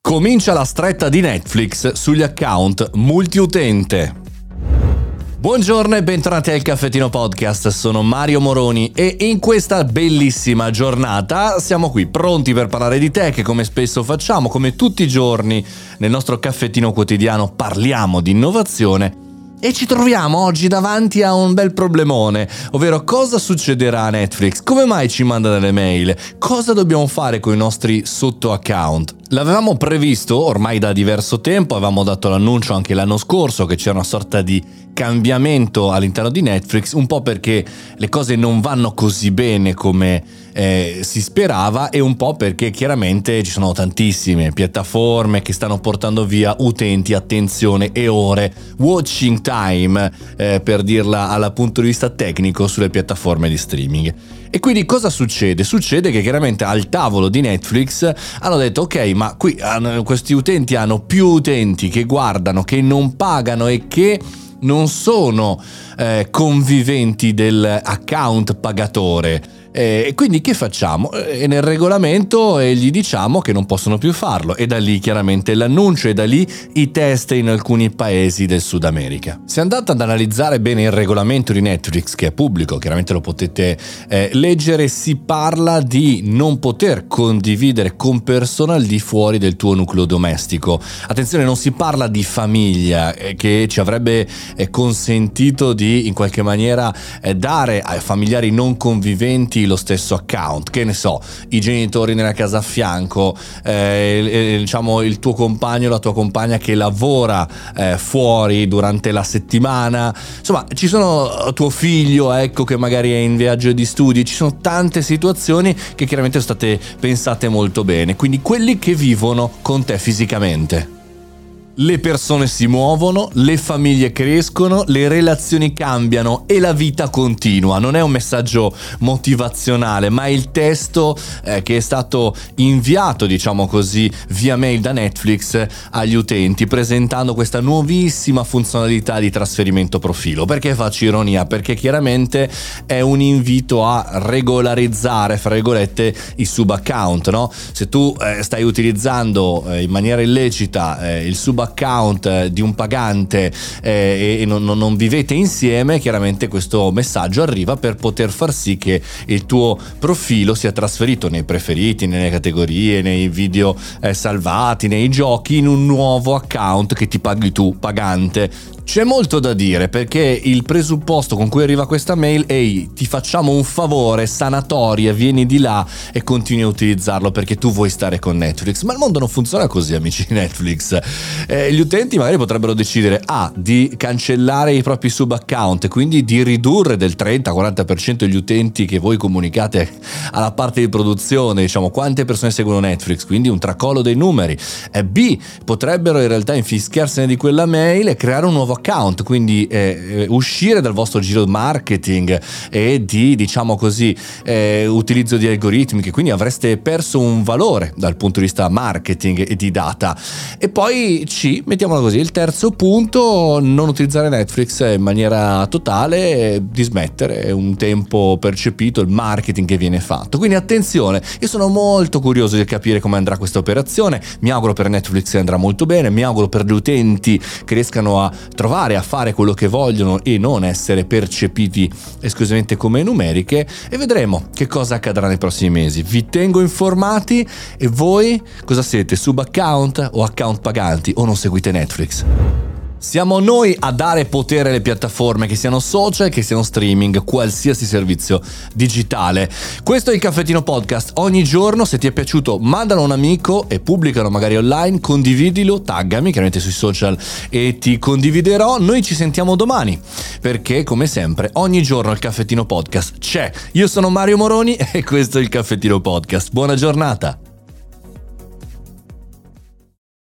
Comincia la stretta di Netflix sugli account multiutente. Buongiorno e bentornati al Caffettino Podcast, sono Mario Moroni e in questa bellissima giornata siamo qui pronti per parlare di tech, come spesso facciamo, come tutti i giorni nel nostro caffettino quotidiano parliamo di innovazione. E ci troviamo oggi davanti a un bel problemone, ovvero cosa succederà a Netflix, come mai ci manda delle mail, cosa dobbiamo fare con i nostri sotto account. L'avevamo previsto ormai da diverso tempo, avevamo dato l'annuncio anche l'anno scorso che c'era una sorta di cambiamento all'interno di Netflix, un po' perché le cose non vanno così bene come si sperava e un po' perché chiaramente ci sono tantissime piattaforme che stanno portando via utenti, attenzione e ore, watching time per dirla dal punto di vista tecnico sulle piattaforme di streaming. E quindi cosa succede? Succede che chiaramente al tavolo di Netflix hanno detto ok, ma qui questi utenti hanno più utenti che guardano, che non pagano e che non sono conviventi dell'account pagatore. E quindi che facciamo? Nel regolamento gli diciamo che non possono più farlo e da lì chiaramente l'annuncio e da lì i test in alcuni paesi del Sud America. Se andate ad analizzare bene il regolamento di Netflix, che è pubblico, chiaramente lo potete leggere, si parla di non poter condividere con persone al di fuori del tuo nucleo domestico. Attenzione, non si parla di famiglia che ci avrebbe consentito di in qualche maniera dare ai familiari non conviventi lo stesso account, che ne so, i genitori nella casa a fianco, diciamo il tuo compagno o la tua compagna che lavora fuori durante la settimana, insomma ci sono tuo figlio che magari è in viaggio di studi, ci sono tante situazioni che chiaramente sono state pensate molto bene, quindi quelli che vivono con te fisicamente. Le persone si muovono, le famiglie crescono, le relazioni cambiano e la vita continua. Non è un messaggio motivazionale, ma è il testo che è stato inviato, diciamo così, via mail da Netflix agli utenti, presentando questa nuovissima funzionalità di trasferimento profilo. Perché faccio ironia? Perché chiaramente è un invito a regolarizzare, fra virgolette, i sub-account, no? Se tu stai utilizzando in maniera illecita il sub-account di un pagante e non vivete insieme, chiaramente questo messaggio arriva per poter far sì che il tuo profilo sia trasferito nei preferiti, nelle categorie, nei video salvati, nei giochi, in un nuovo account che ti paghi tu, pagante. C'è molto da dire perché il presupposto con cui arriva questa mail è ti facciamo un favore, sanatoria, vieni di là e continui a utilizzarlo perché tu vuoi stare con Netflix. Ma il mondo non funziona così, amici di Netflix. Gli utenti magari potrebbero decidere di cancellare i propri sub-account e quindi di ridurre del 30-40% gli utenti che voi comunicate alla parte di produzione, diciamo quante persone seguono Netflix, quindi un tracollo dei numeri. B, potrebbero in realtà infischiarsene di quella mail e creare un nuovo account, quindi uscire dal vostro giro marketing e di, diciamo così, utilizzo di algoritmi che quindi avreste perso un valore dal punto di vista marketing e di data. E poi mettiamola così, il terzo punto, non utilizzare Netflix in maniera totale, dismettere un tempo percepito, il marketing che viene fatto. Quindi attenzione, io sono molto curioso di capire come andrà questa operazione, mi auguro per Netflix che andrà molto bene, mi auguro per gli utenti che riescano a trovare, a fare quello che vogliono e non essere percepiti esclusivamente come numeriche, e vedremo che cosa accadrà nei prossimi mesi. Vi tengo informati. E voi cosa siete? Sub account o account paganti o non seguite Netflix? Siamo noi a dare potere alle piattaforme, che siano social, che siano streaming, qualsiasi servizio digitale. Questo è il Caffettino Podcast. Ogni giorno, se ti è piaciuto, mandalo a un amico e pubblicalo magari online, condividilo, taggami chiaramente sui social e ti condividerò. Noi ci sentiamo domani, perché come sempre ogni giorno il Caffettino Podcast c'è. Io sono Mario Moroni e questo è il Caffettino Podcast. Buona giornata.